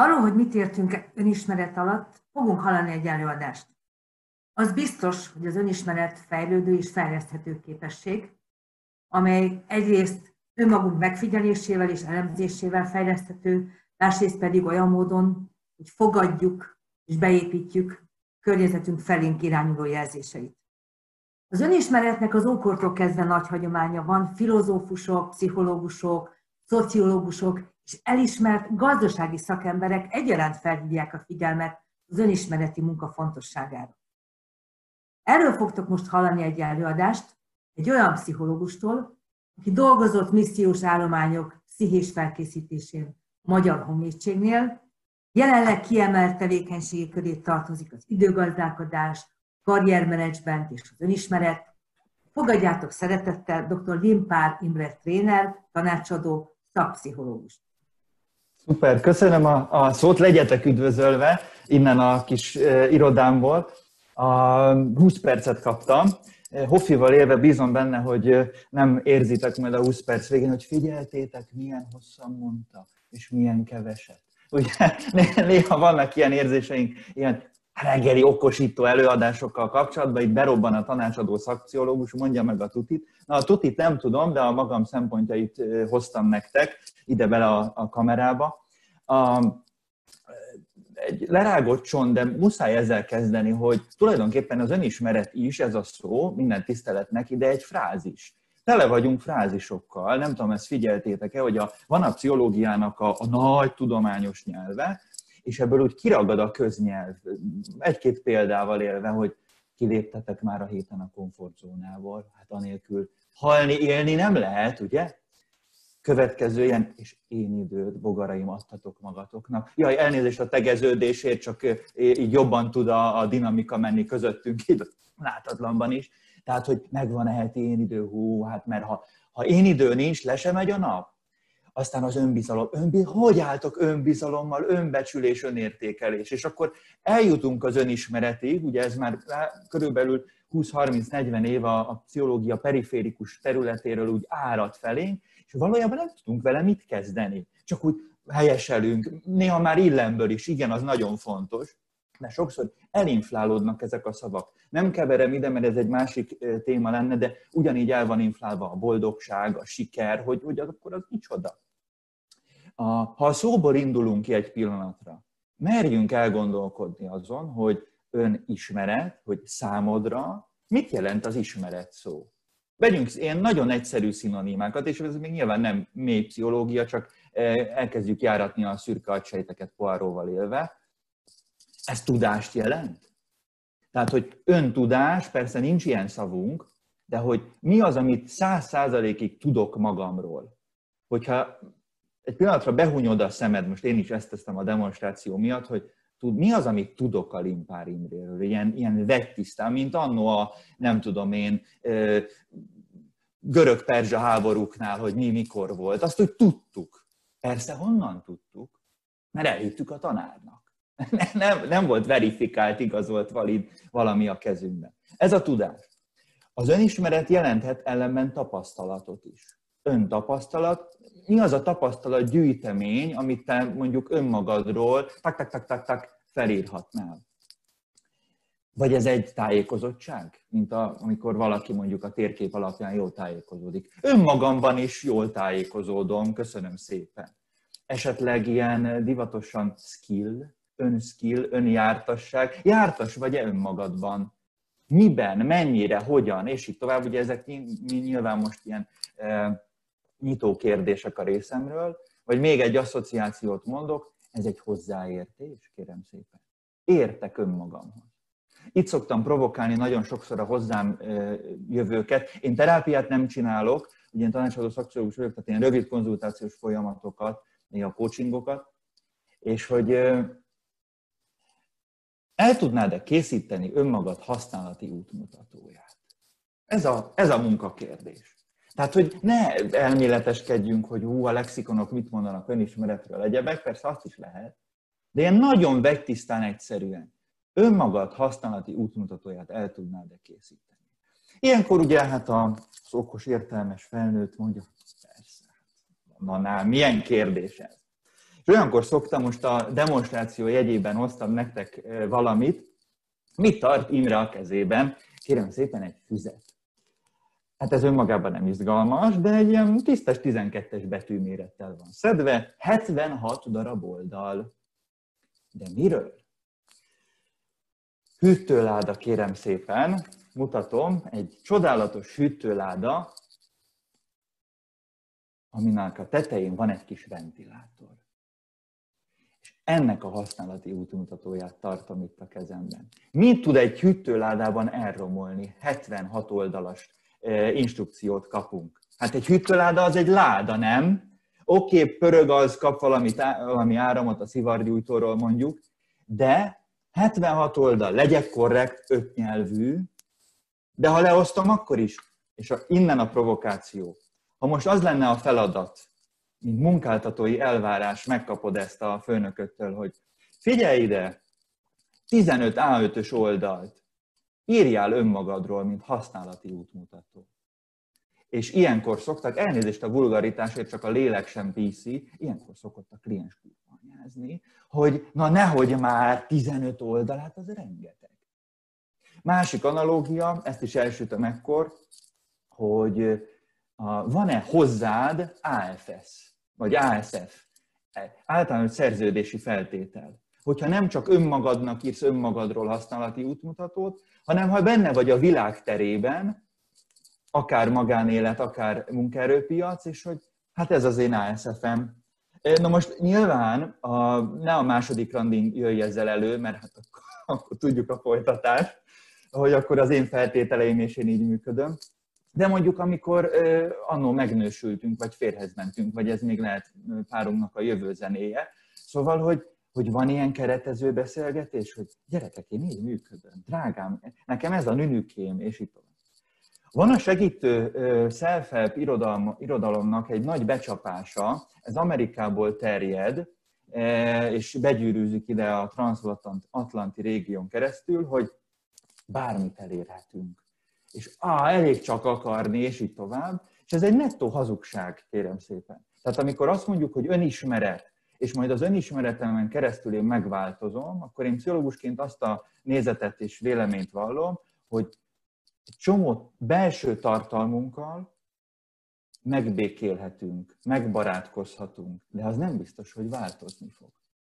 Arról, hogy mit értünk önismeret alatt, fogunk hallani egy előadást. Az biztos, hogy az önismeret fejlődő és fejleszthető képesség, amely egyrészt önmagunk megfigyelésével és elemzésével fejleszthető, másrészt pedig olyan módon, hogy fogadjuk és beépítjük környezetünk felénk irányuló jelzéseit. Az önismeretnek az ókortól kezdve nagy hagyománya van, filozófusok, pszichológusok, szociológusok és elismert gazdasági szakemberek egyaránt felhívják a figyelmet az önismereti munka fontosságára. Erről fogtok most hallani egy előadást egy olyan pszichológustól, aki dolgozott missziós állományok pszichés felkészítésén a Magyar Honvédségnél, jelenleg kiemelt tevékenységi köré tartozik az időgazdálkodás, karriermenedzsment és az önismeret. Fogadjátok szeretettel dr. Limpár Imre tréner, tanácsadó, szakpszichológus. Szuper, köszönöm a szót, legyetek üdvözölve innen a kis irodámból. 20 percet kaptam. Hoffival élve bízom benne, hogy nem érzitek majd a 20 perc végén, hogy figyeltétek, milyen hosszan mondta, és milyen keveset. Ugye néha vannak ilyen érzéseink, ilyen reggeli okosító előadásokkal kapcsolatban, itt berobban a tanácsadó szakpszichológus, mondja meg a tutit. Na, a tutit nem tudom, de a magam szempontjait hoztam nektek ide bele a kamerába. Egy lerágott csont, de muszáj ezzel kezdeni, hogy tulajdonképpen az önismeret is, ez a szó, minden tisztelet neki, de egy frázis. Tele vagyunk frázisokkal, nem tudom, ezt figyeltétek-e, hogy van a pszichológiának a nagy tudományos nyelve, és ebből úgy kiragad a köznyelv. Egy-két példával élve, hogy kiléptetek már a héten a komfortzónából, hát anélkül halni, élni nem lehet, ugye? Következő ilyen, és én időt, bogaraim, adtatok magatoknak. Jaj, elnézést a tegeződésért, csak így jobban tud a dinamika menni közöttünk, így látatlanban is. Tehát, hogy megvan-e heti én idő, hát mert ha én idő nincs, le sem megy a nap. Aztán az önbizalom. Hogy álltok önbizalommal, önbecsülés, önértékelés? És akkor eljutunk az önismeretig, ugye ez már körülbelül 20-30-40 év a pszichológia periférikus területéről úgy árad felénk, és valójában nem tudunk vele mit kezdeni. Csak úgy helyeselünk, néha már illemből is, igen, az nagyon fontos, de sokszor elinflálódnak ezek a szavak. Nem keverem ide, mert ez egy másik téma lenne, de ugyanígy el van inflálva a boldogság, a siker, hogy akkor az micsoda. Ha a szóból indulunk ki egy pillanatra, merjünk elgondolkodni azon, hogy önismeret, hogy számodra mit jelent az ismeret szó. Vegyünk ilyen nagyon egyszerű szinonimákat, és ez még nyilván nem mély pszichológia, csak elkezdjük járatni a szürke agysejteket Poirotval élve. Ez tudást jelent? Tehát, hogy öntudás, persze nincs ilyen szavunk, de hogy mi az, amit 100%-ig tudok magamról. Hogyha egy pillanatra behunyod a szemed, most én is ezt teszem a demonstráció miatt, hogy mi az, amit tudok a Limpár Imréről, ilyen vegytisztán, mint annó nem tudom én, görög-perzsa háborúknál, hogy mikor volt. Azt, hogy tudtuk. Persze honnan tudtuk? Mert elhittük a tanárnak. Nem volt verifikált, igazolt, valid valami a kezünkben. Ez a tudás. Az önismeret jelenthet ellenben tapasztalatot is. Öntapasztalat. Mi az a tapasztalat gyűjtemény, amit te mondjuk önmagadról tak felírhatnál? Vagy ez egy tájékozottság, mint amikor valaki mondjuk a térkép alapján jól tájékozódik. Önmagamban is jól tájékozódom, köszönöm szépen. Esetleg ilyen divatosan önskill, önjártasság. Jártas vagy-e önmagadban? Miben, mennyire, hogyan, és így tovább. Ugye ezek nyilván most ilyen nyitó kérdések a részemről. Vagy még egy asszociációt mondok, ez egy hozzáértés, kérem szépen. Értek önmagamhoz. Itt szoktam provokálni nagyon sokszor a hozzám jövőket. Én terápiát nem csinálok, ugye én tanácsadó szakpszichológus vagyok, tehát ilyen rövid konzultációs folyamatokat, néha coachingokat, és hogy el tudnád-e készíteni önmagad használati útmutatóját? Ez a munkakérdés. Tehát, hogy ne elméleteskedjünk, hogy a lexikonok mit mondanak önismeretről, egyebek, persze azt is lehet, de ilyen nagyon vegytisztán egyszerűen önmagad használati útmutatóját el tudnád-e készíteni. Ilyenkor ugye hát az okos, értelmes felnőtt mondja, persze, milyen kérdés ez? És olyankor szoktam, most a demonstráció jegyében hoztam nektek valamit. Mit tart Imre a kezében? Kérem szépen, egy füzet. Hát ez önmagában nem izgalmas, de egy ilyen tisztes 12-es betűmérettel van szedve, 76 darab oldal. De miről? Hűtőláda, kérem szépen, mutatom, egy csodálatos hűtőláda, aminek a tetején van egy kis ventilátor. És ennek a használati útmutatóját tartom itt a kezemben. Mit tud egy hűtőládában elromolni? 76 oldalas instrukciót kapunk. Hát egy hűtőláda az egy láda, nem? Oké, pörög az, kap valami áramot a szivargyújtóról mondjuk, de 76 oldal, legyek korrekt, 5 nyelvű, de ha leosztom, akkor is. És innen a provokáció. Ha most az lenne a feladat, mint munkáltatói elvárás, megkapod ezt a főnököttől, hogy figyelj ide, 15 A5-ös oldalt írjál önmagadról, mint használati útmutató. És ilyenkor szoktak, elnézést a vulgaritásért, csak a lélek sem piszi, ilyenkor szokott a kliens kurvanyázni, hogy na nehogy már 15 oldal, hát az rengeteg. Másik analógia, ezt is elsütöm ekkor, hogy van-e hozzád AFS, vagy ASF, általános szerződési feltétel. Hogyha nem csak önmagadnak írsz önmagadról használati útmutatót, hanem ha benne vagy a világ terében, akár magánélet, akár munkaerőpiac, és hogy hát ez az én ASF-em. Na most nyilván ne a második randin jöjj ezzel elő, mert hát akkor tudjuk a folytatást, hogy akkor az én feltételeim és én így működöm. De mondjuk amikor annó megnősültünk, vagy férhez mentünk, vagy ez még lehet párunknak a jövő zenéje. Szóval, hogy van ilyen keretező beszélgetés, hogy gyerekek, én így működöm, drágám, nekem ez a nünükém, és itt tovább. Van a segítő self-help irodalomnak egy nagy becsapása, ez Amerikából terjed, és begyűrűzik ide a transatlanti régión keresztül, hogy bármit elérhetünk. És elég csak akarni, és így tovább. És ez egy nettó hazugság, kérem szépen. Tehát amikor azt mondjuk, hogy önismeret, és majd az önismeretemen keresztül én megváltozom, akkor én pszichológusként azt a nézetet és véleményt vallom, hogy egy csomó belső tartalmunkkal megbékélhetünk, megbarátkozhatunk, de az nem biztos, hogy változni fog.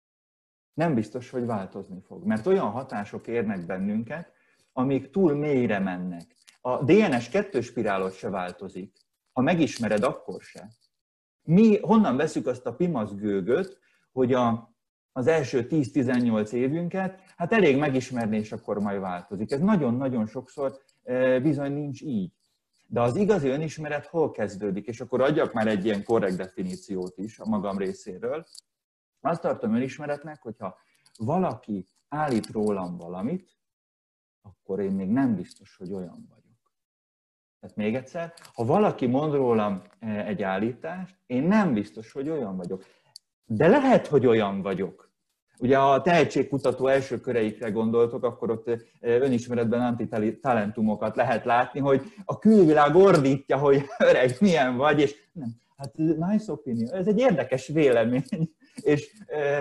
Nem biztos, hogy változni fog, mert olyan hatások érnek bennünket, amik túl mélyre mennek. A DNS 2 spirálos se változik. Ha megismered, akkor se. Mi honnan veszük azt a pimasz gőgöt, hogy az első 10-18 évünket, hát elég megismerni, és akkor majd változik. Ez nagyon-nagyon sokszor bizony nincs így. De az igazi önismeret hol kezdődik? És akkor adjak már egy ilyen korrekt definíciót is a magam részéről. Azt tartom önismeretnek, hogyha valaki állít rólam valamit, akkor én még nem biztos, hogy olyan vagyok. Tehát még egyszer, ha valaki mond rólam egy állítást, én nem biztos, hogy olyan vagyok. De lehet, hogy olyan vagyok. Ugye a tehetségkutató első köreikre gondoltok, akkor ott önismeretben antitalentumokat lehet látni, hogy a külvilág ordítja, hogy öreg, milyen vagy, és nem. Hát nice opinion, ez egy érdekes vélemény, és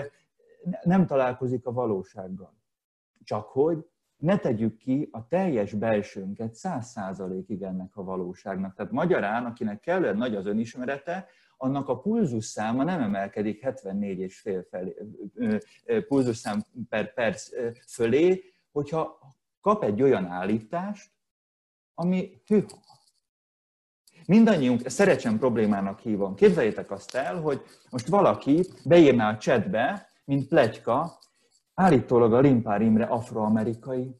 nem találkozik a valósággal. Csak hogy ne tegyük ki a teljes belsőnket 100%-ig ennek a valóságnak. Tehát magyarán, akinek kellően nagy az önismerete, annak a pulzusszáma nem emelkedik 74,5 pulzusszám per perc fölé, hogyha kap egy olyan állítást, ami hűha. Mindannyiunk, szerecsen problémának hívom. Képzeljétek azt el, hogy most valaki beírná a chatbe, mint pletyka, állítólag a Limpár Imre afroamerikai.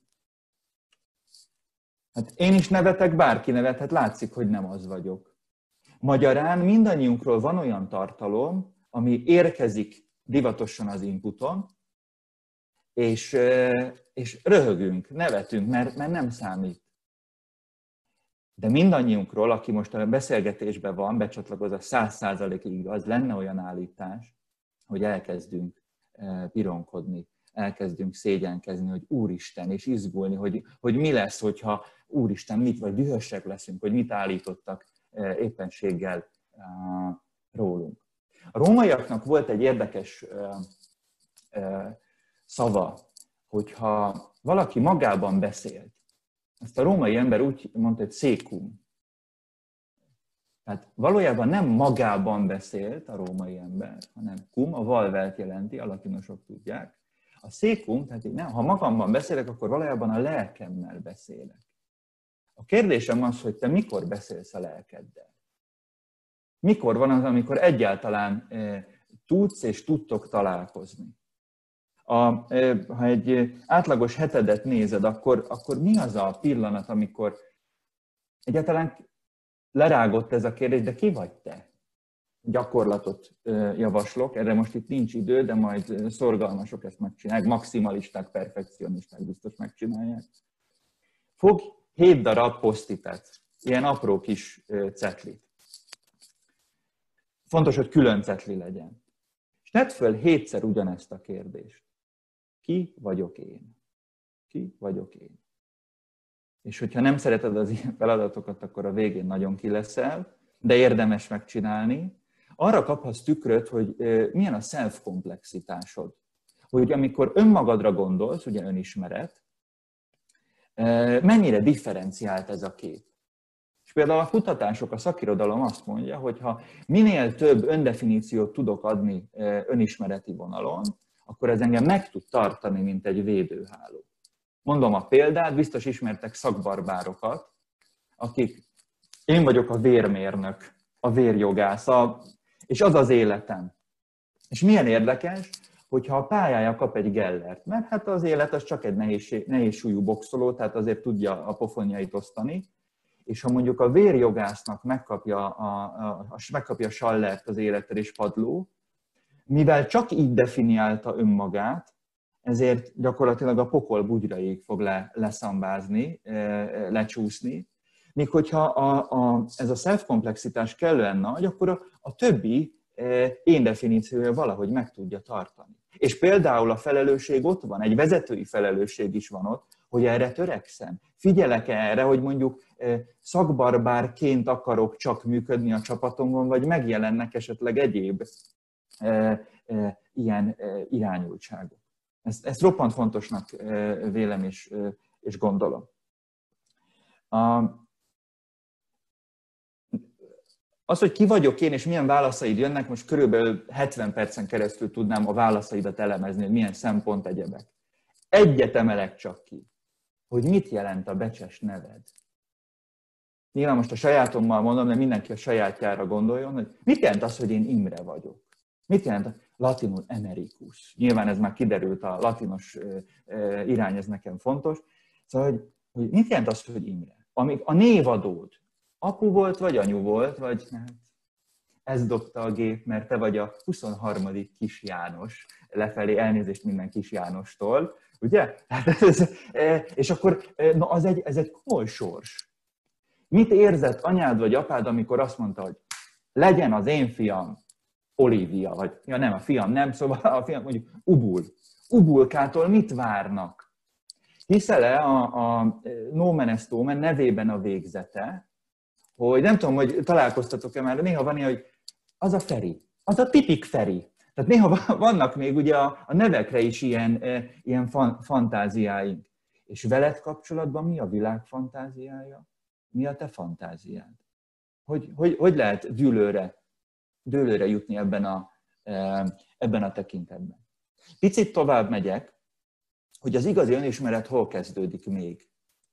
Hát én is nevetek, bárki nevethet, látszik, hogy nem az vagyok. Magyarán mindannyiunkról van olyan tartalom, ami érkezik divatosan az inputon, és röhögünk, nevetünk, mert nem számít. De mindannyiunkról, aki most a beszélgetésben van, becsatlakoz a 100%-ig igaz, lenne olyan állítás, hogy elkezdünk pironkodni, elkezdünk szégyenkezni, hogy Úristen, és izgulni, hogy mi lesz, hogyha Úristen, mit, vagy dühösek leszünk, hogy mit állítottak éppenséggel rólunk. A rómaiaknak volt egy érdekes szava, hogyha valaki magában beszélt, ezt a római ember úgy mondta, hogy székum. Tehát valójában nem magában beszélt a római ember, hanem cum, a valvelt jelenti, a latinosok tudják. A székum, tehát ha magamban beszélek, akkor valójában a lelkemmel beszélek. A kérdésem az, hogy te mikor beszélsz a lelkeddel? Mikor van az, amikor egyáltalán tudsz és tudtok találkozni? Ha egy átlagos hetedet nézed, akkor mi az a pillanat, amikor egyáltalán lerágott ez a kérdés, de ki vagy te? Gyakorlatot javaslok, erre most itt nincs idő, de majd szorgalmasok ezt megcsinálják, maximalisták, perfekcionisták biztos megcsinálják. Fogj 7 darab posztitet, ilyen apró kis cetlit. Fontos, hogy külön cetli legyen. És tedd föl 7-szer ugyanezt a kérdést. Ki vagyok én? Ki vagyok én? És hogyha nem szereted az ilyen feladatokat, akkor a végén nagyon ki leszel, de érdemes megcsinálni. Arra kaphatsz tükröt, hogy milyen a self-komplexitásod. Hogy amikor önmagadra gondolsz, ugye önismeret, mennyire differenciált ez a kép. És például a kutatások, a szakirodalom azt mondja, hogy ha minél több öndefiníciót tudok adni önismereti vonalon, akkor ez engem meg tud tartani, mint egy védőháló. Mondom a példát, biztos ismertek szakbarbárokat, akik, én vagyok a vérmérnök, a vérjogász, és az az életem. És milyen érdekes, hogyha a pályája kap egy Gellert, mert hát az élet az csak egy nehéz súlyú boxoló, tehát azért tudja a pofonjait osztani, és ha mondjuk a vérjogásznak megkapja a Schallert az életre és padló, mivel csak így definiálta önmagát, ezért gyakorlatilag a pokol bugyraig fog leszambázni, lecsúszni, míg hogyha ez a self-komplexitás kellően nagy, akkor a többi én definíciója valahogy meg tudja tartani. És például a felelősség ott van, egy vezetői felelősség is van ott, hogy erre törekszem. Figyelek erre, hogy mondjuk szakbarbárként akarok csak működni a csapatomban, vagy megjelennek esetleg egyéb ilyen irányultságok. Ezt roppant fontosnak vélem és gondolom. Az, hogy ki vagyok én, és milyen válaszaid jönnek, most körülbelül 70 percen keresztül tudnám a válaszaidat elemezni, hogy milyen szempont egyebek. Egyet emelek csak ki, hogy mit jelent a becses neved. Nyilván most a sajátommal mondom, de mindenki a sajátjára gondoljon, hogy mit jelent az, hogy én Imre vagyok. Mit jelent latinul emeritus? Nyilván ez már kiderült, a latinos irány, ez nekem fontos. Szóval, hogy mit jelent az, hogy Imre? Amíg a névadód apu volt, vagy anyu volt, vagy hát, ez dobta a gép, mert te vagy a 23. Kis János, lefelé elnézést minden Kis Jánostól, ugye? És akkor na, ez egy komoly sors. Mit érzett anyád vagy apád, amikor azt mondta, hogy legyen az én fiam Olivia, vagy ja nem, a fiam nem, szóval a fiam mondjuk Ubul. Ubulkától mit várnak? Hiszel-e a nomen est omen nevében a végzete, hogy nem tudom, hogy találkoztatok-e már, de néha van ilyen, hogy az a Feri, az a tipik Feri. Tehát néha vannak még ugye a nevekre is ilyen fantáziáink. És veled kapcsolatban mi a világ fantáziája? Mi a te fantáziád? Hogy lehet dőlőre jutni ebben a tekintetben? Picit tovább megyek, hogy az igazi önismeret hol kezdődik még.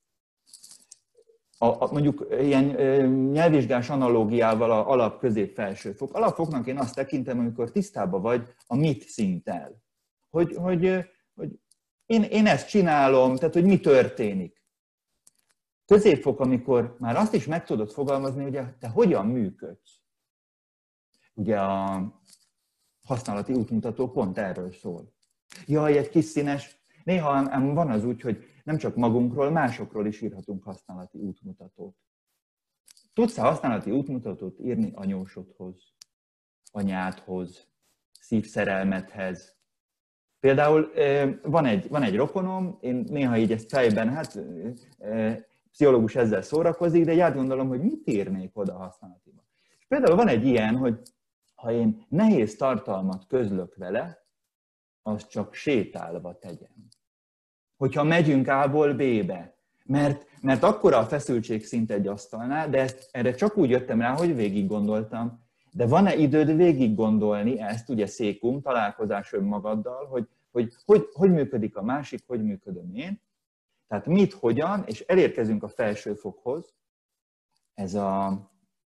Mondjuk ilyen nyelvvizsgás analógiával a alap, közép, felsőfok. Alapfoknak én azt tekintem, amikor tisztában vagy a mit szinttel. Hogy én ezt csinálom, tehát hogy mi történik. Középfok, amikor már azt is meg tudod fogalmazni, hogy te hogyan működsz. Ugye a használati útmutató pont erről szól. Jaj, egy kis színes. Néha van az úgy, hogy nem csak magunkról, másokról is írhatunk használati útmutatót. Tudsz-e használati útmutatót írni anyósodhoz, anyádhoz, szívszerelmedhez? Például van egy rokonom, én néha így ezt fejben, pszichológus ezzel szórakozik, de így átgondolom, hogy mit írnék oda használatiba. És például van egy ilyen, hogy ha én nehéz tartalmat közlök vele, az csak sétálva tegyem. Hogyha megyünk A-ból B-be, mert akkora a feszültségszint egy asztalnál, de erre csak úgy jöttem rá, hogy végig gondoltam. De van-e időd végig gondolni ezt, ugye székum, találkozás önmagaddal, hogy működik a másik, hogy működöm én. Tehát mit, hogyan, és elérkezünk a felsőfokhoz, ez a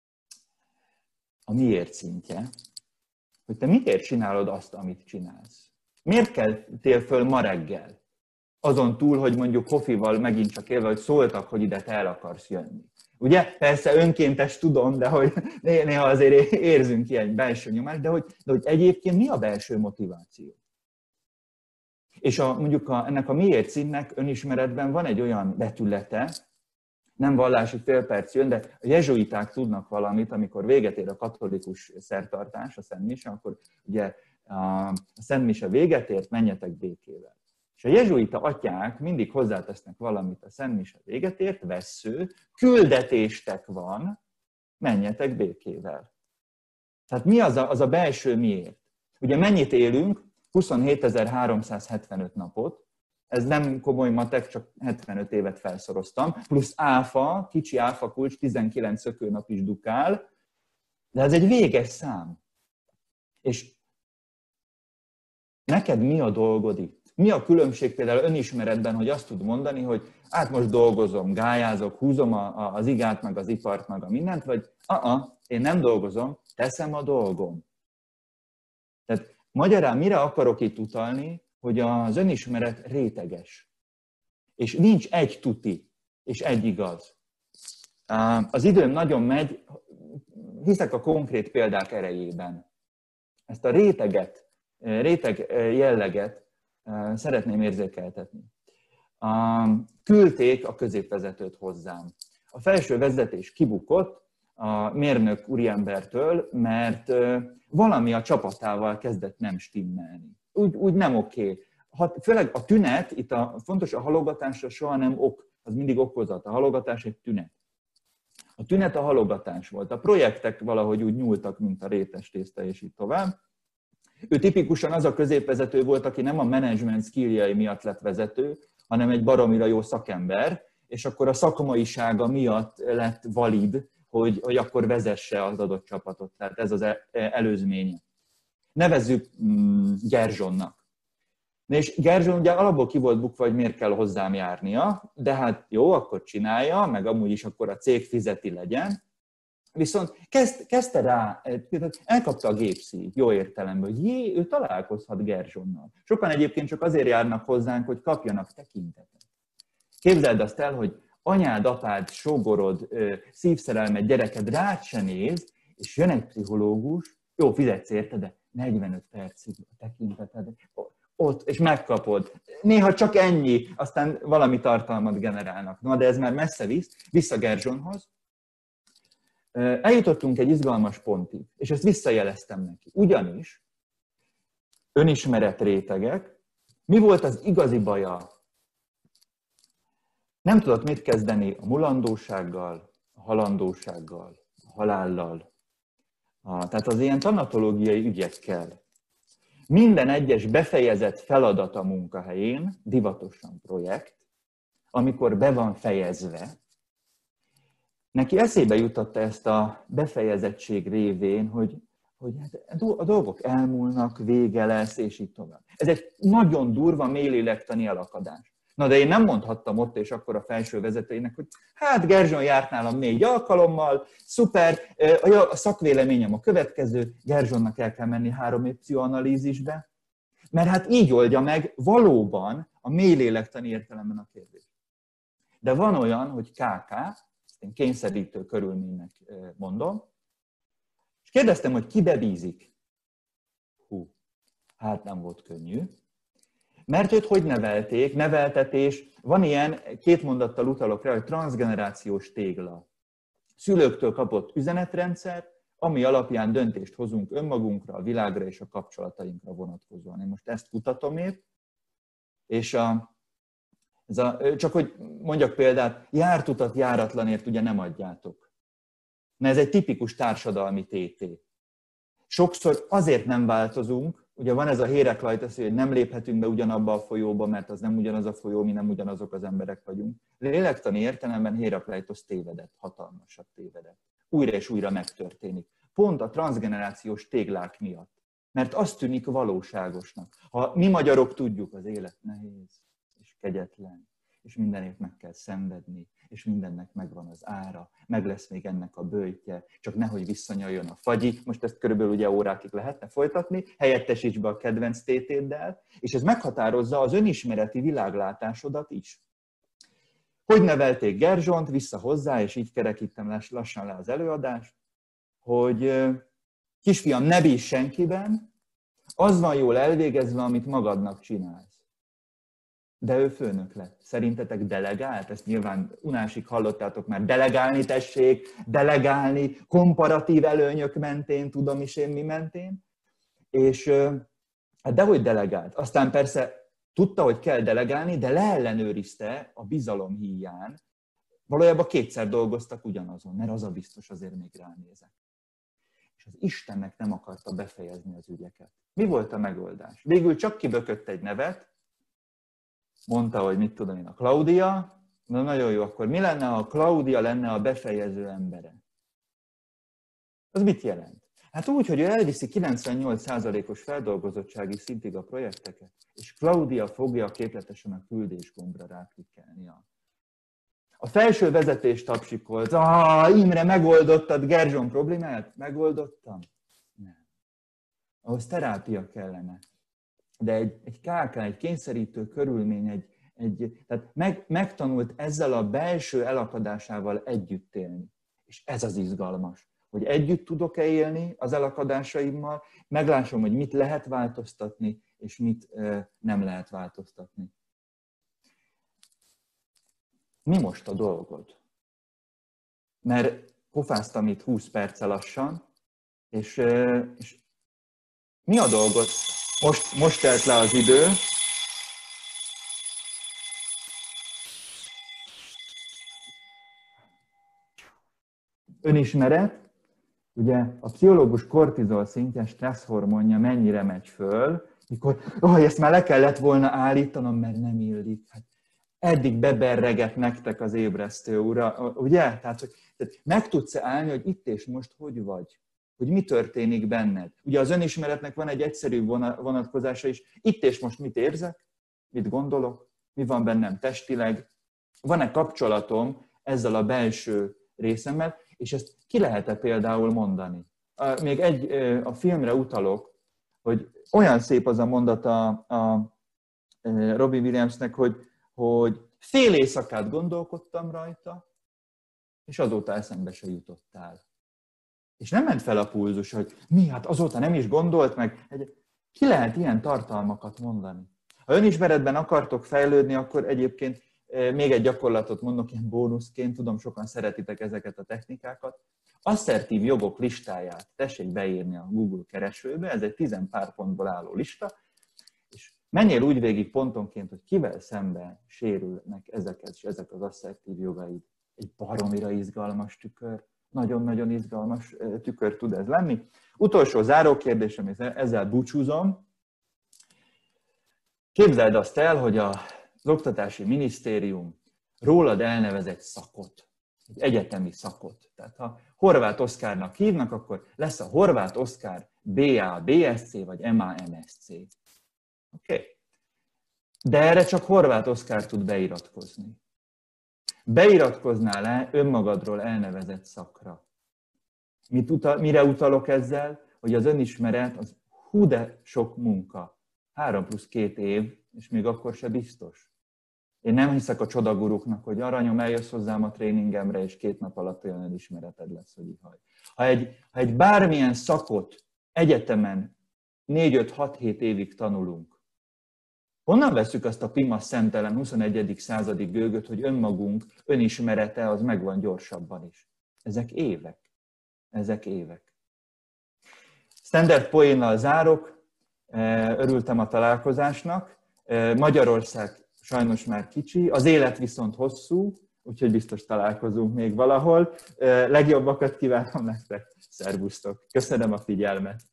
miért szintje, hogy te miért csinálod azt, amit csinálsz. Miért keltél föl ma reggel? Azon túl, hogy mondjuk Hofival megint csak élve, hogy szóltak, hogy ide te el akarsz jönni. Ugye? Persze önkéntes tudom, de hogy néha azért érzünk ilyen belső nyomást, de hogy egyébként mi a belső motiváció? És mondjuk ennek a miért színnek önismeretben van egy olyan vetülete, nem vallási félperc jön, de a jezsuiták tudnak valamit, amikor véget ér a katolikus szertartás, a Szentmise, akkor ugye a Szentmise véget ért, menjetek békével. És a jezsuita atyák mindig hozzátesznek valamit a Szentmise véget ért, vessző, küldetéstek van, menjetek békével. Tehát mi az a belső miért? Ugye mennyit élünk? 27.375 napot. Ez nem komoly matek, csak 75 évet felszoroztam. Plusz áfa, kicsi áfa kulcs, 19 szökőnap is dukál. De ez egy véges szám. És neked mi a dolgod itt? Mi a különbség például önismeretben, hogy azt tud mondani, hogy hát most dolgozom, gályázok, húzom az igát, meg az ipart, meg a mindent, vagy én nem dolgozom, teszem a dolgom. Tehát magyarán mire akarok itt utalni, hogy az önismeret réteges. És nincs egy tuti, és egy igaz. Az időm nagyon megy, hiszek a konkrét példák erejében. Ezt a réteg jelleget szeretném érzékeltetni. Küldték a középvezetőt hozzám. A felső vezetés kibukott a mérnök úriembertől, mert valami a csapatával kezdett nem stimmelni. Úgy nem oké. Főleg a tünet, itt fontos a halogatásra soha nem ok, az mindig okozat. A halogatás egy tünet. A tünet a halogatás volt. A projektek valahogy úgy nyúltak, mint a rétes tészta, és így tovább. Ő tipikusan az a középvezető volt, aki nem a management skilljai miatt lett vezető, hanem egy baromira jó szakember, és akkor a szakmaisága miatt lett valid, hogy akkor vezesse az adott csapatot. Tehát ez az előzménye. Nevezzük Gerzsonnak. És Gerzson ugye alapból ki volt bukva, hogy miért kell hozzám járnia, de hát jó, akkor csinálja, meg amúgy is akkor a cég fizeti legyen. Viszont kezdte rá, elkapta a gépszív, jó értelemben, hogy ő találkozhat Gerzsonnal. Sokan egyébként csak azért járnak hozzánk, hogy kapjanak tekintetet. Képzeld azt el, hogy anyád, apád, sógorod, szívszerelmed, gyereked rád se néz, és jön egy pszichológus, jó, fizetsz érte, de 45 percig a tekinteted ott, és megkapod. Néha csak ennyi, aztán valami tartalmat generálnak. Na, de ez már messze visz, vissza Gerzsonhoz. Eljutottunk egy izgalmas pontig, és ezt visszajeleztem neki. Ugyanis önismeret rétegek, mi volt az igazi baja? Nem tudott mit kezdeni a mulandósággal, a halandósággal, a halállal, tehát az ilyen tanatológiai ügyekkel. Minden egyes befejezett feladat a munkahelyén, divatosan projekt, amikor be van fejezve, neki eszébe jutotta ezt a befejezettség révén, hogy a dolgok elmúlnak, vége lesz, és így tovább. Ez egy nagyon durva mélylélektani elakadás. Na de én nem mondhattam ott és akkor a felső vezetőinek, hogy hát Gerzson járt nálam 4 alkalommal, szuper, a szakvéleményem a következő, Gerzsonnak el kell menni 3 év pszichoanalízisbe, mert hát így oldja meg valóban a mélylélektani értelemben a kérdést. De van olyan, hogy KK, ezt én kényszerítő körülménynek mondom, és kérdeztem, hogy kibe bízik. Hát nem volt könnyű. Mert őt hogy nevelték, neveltetés, van ilyen, 2 mondattal utalok rá, hogy transzgenerációs tégla. Szülőktől kapott üzenetrendszer, ami alapján döntést hozunk önmagunkra, a világra és a kapcsolatainkra vonatkozóan. Én most ezt kutatom épp, és csak hogy mondjak példát, járt utat járatlanért ugye nem adjátok. Na ez egy tipikus társadalmi tété. sokszor azért nem változunk, ugye van ez a Héraklajtosz, hogy nem léphetünk be ugyanabba a folyóba, mert az nem ugyanaz a folyó, mi nem ugyanazok az emberek vagyunk. Lélektani értelemben Héraklajtosz tévedett, hatalmasat tévedett. Újra és újra megtörténik. Pont a transzgenerációs téglák miatt. Mert azt tűnik valóságosnak. Ha mi magyarok tudjuk, az élet nehéz és kegyetlen, és mindenért meg kell szenvedni, és mindennek megvan az ára, meg lesz még ennek a böjtje, csak nehogy visszanyaljon a fagyi. Most ezt körülbelül ugye órákig lehetne folytatni, helyettesíts be a kedvenc tétéddel, és ez meghatározza az önismereti világlátásodat is. Hogy nevelték Gerzsont, vissza hozzá, és így kerekítem lassan le az előadást, hogy kisfiam, ne bízz senkiben, az van jól elvégezve, amit magadnak csinálsz. De ő főnök lett. Szerintetek delegált? Ezt nyilván unásig hallottátok már. Delegálni tessék, delegálni, komparatív előnyök mentén, tudom is én mi mentén. És hát dehogy delegált. Aztán persze tudta, hogy kell delegálni, de leellenőrizte a bizalom híján. Valójában kétszer dolgoztak ugyanazon, mert az a biztos, azért még ránézek. És az Istennek nem akarta befejezni az ügyeket. Mi volt a megoldás? Végül csak kibökött egy nevet, mondta, hogy mit tudom én, a Klaudia. Na nagyon jó, akkor mi lenne, ha a Klaudia lenne a befejező embere? Az mit jelent? Hát úgy, hogy ő elviszi 98%-os feldolgozottsági szintig a projekteket, és Klaudia fogja képletesen a küldésgombra ráklikkelni. A felső vezetés tapsikolt. Imre, megoldottad Gerzson problémáját? Megoldottam? Nem. Ahhoz terápia kellene. De egy KK, egy kényszerítő körülmény, tehát megtanult ezzel a belső elakadásával együtt élni. És ez az izgalmas, hogy együtt tudok-e élni az elakadásaimmal, meglásom, hogy mit lehet változtatni, és mit nem lehet változtatni. Mi most a dolgod? Mert pofáztam itt 20 perccel lassan, és mi a dolgod? Most telt le az idő. Önismeret, ugye a pszichológus kortizol szintje, stresszhormonja mennyire megy föl, mikor ezt már le kellett volna állítanom, mert nem illik. Hát, eddig beberregett nektek az ébresztő ura, ugye? Tehát, hogy meg tudsz állni, hogy itt és most hogy vagy? Hogy mi történik benned. Ugye az önismeretnek van egy egyszerű vonatkozása is. Itt és most mit érzek? Mit gondolok? Mi van bennem testileg? Van-e kapcsolatom ezzel a belső részemmel? És ezt ki lehet-e például mondani? Még a filmre utalok, hogy olyan szép az a mondata a Robin Williamsnek, hogy fél éjszakát gondolkodtam rajta, és azóta eszembe se jutottál. És nem ment fel a pulzus, hogy mi, hát azóta nem is gondolt meg. Ki lehet ilyen tartalmakat mondani? Ha önismeretben akartok fejlődni, akkor egyébként még egy gyakorlatot mondok, ilyen bónuszként, tudom, sokan szeretitek ezeket a technikákat. Asszertív jogok listáját tessék beírni a Google keresőbe, ez egy 10 pár pontból álló lista, és menjél úgy végig pontonként, hogy kivel szemben sérülnek ezek az asszertív jogaid. Egy baromira izgalmas tükör. Nagyon-nagyon izgalmas tükör tud ez lenni. Utolsó zárókérdésem, és ezzel búcsúzom. Képzeld azt el, hogy az Oktatási Minisztérium rólad elnevez egy szakot, egy egyetemi szakot. Tehát ha Horváth Oszkárnak hívnak, akkor lesz a Horváth Oszkár BA, BSC vagy MA, MSC. Oké. De erre csak Horváth Oszkár tud beiratkozni. Beiratkoznál-e önmagadról elnevezett szakra? Mire utalok ezzel? Hogy az önismeret az hú de sok munka. 3+2 év, és még akkor se biztos. Én nem hiszek a csodaguruknak, hogy aranyom, eljössz hozzám a tréningemre, és 2 nap alatt olyan önismereted lesz, hogy ihaj. Ha egy bármilyen szakot egyetemen 4-5-6-7 évig tanulunk, honnan veszük azt a pima szemtelen 21. századi gőgöt, hogy önmagunk önismerete az megvan gyorsabban is? Ezek évek. Ezek évek. Standard poénnal zárok. Örültem a találkozásnak. Magyarország sajnos már kicsi, az élet viszont hosszú, úgyhogy biztos találkozunk még valahol. Legjobbakat kívánom nektek. Szervusztok. Köszönöm a figyelmet.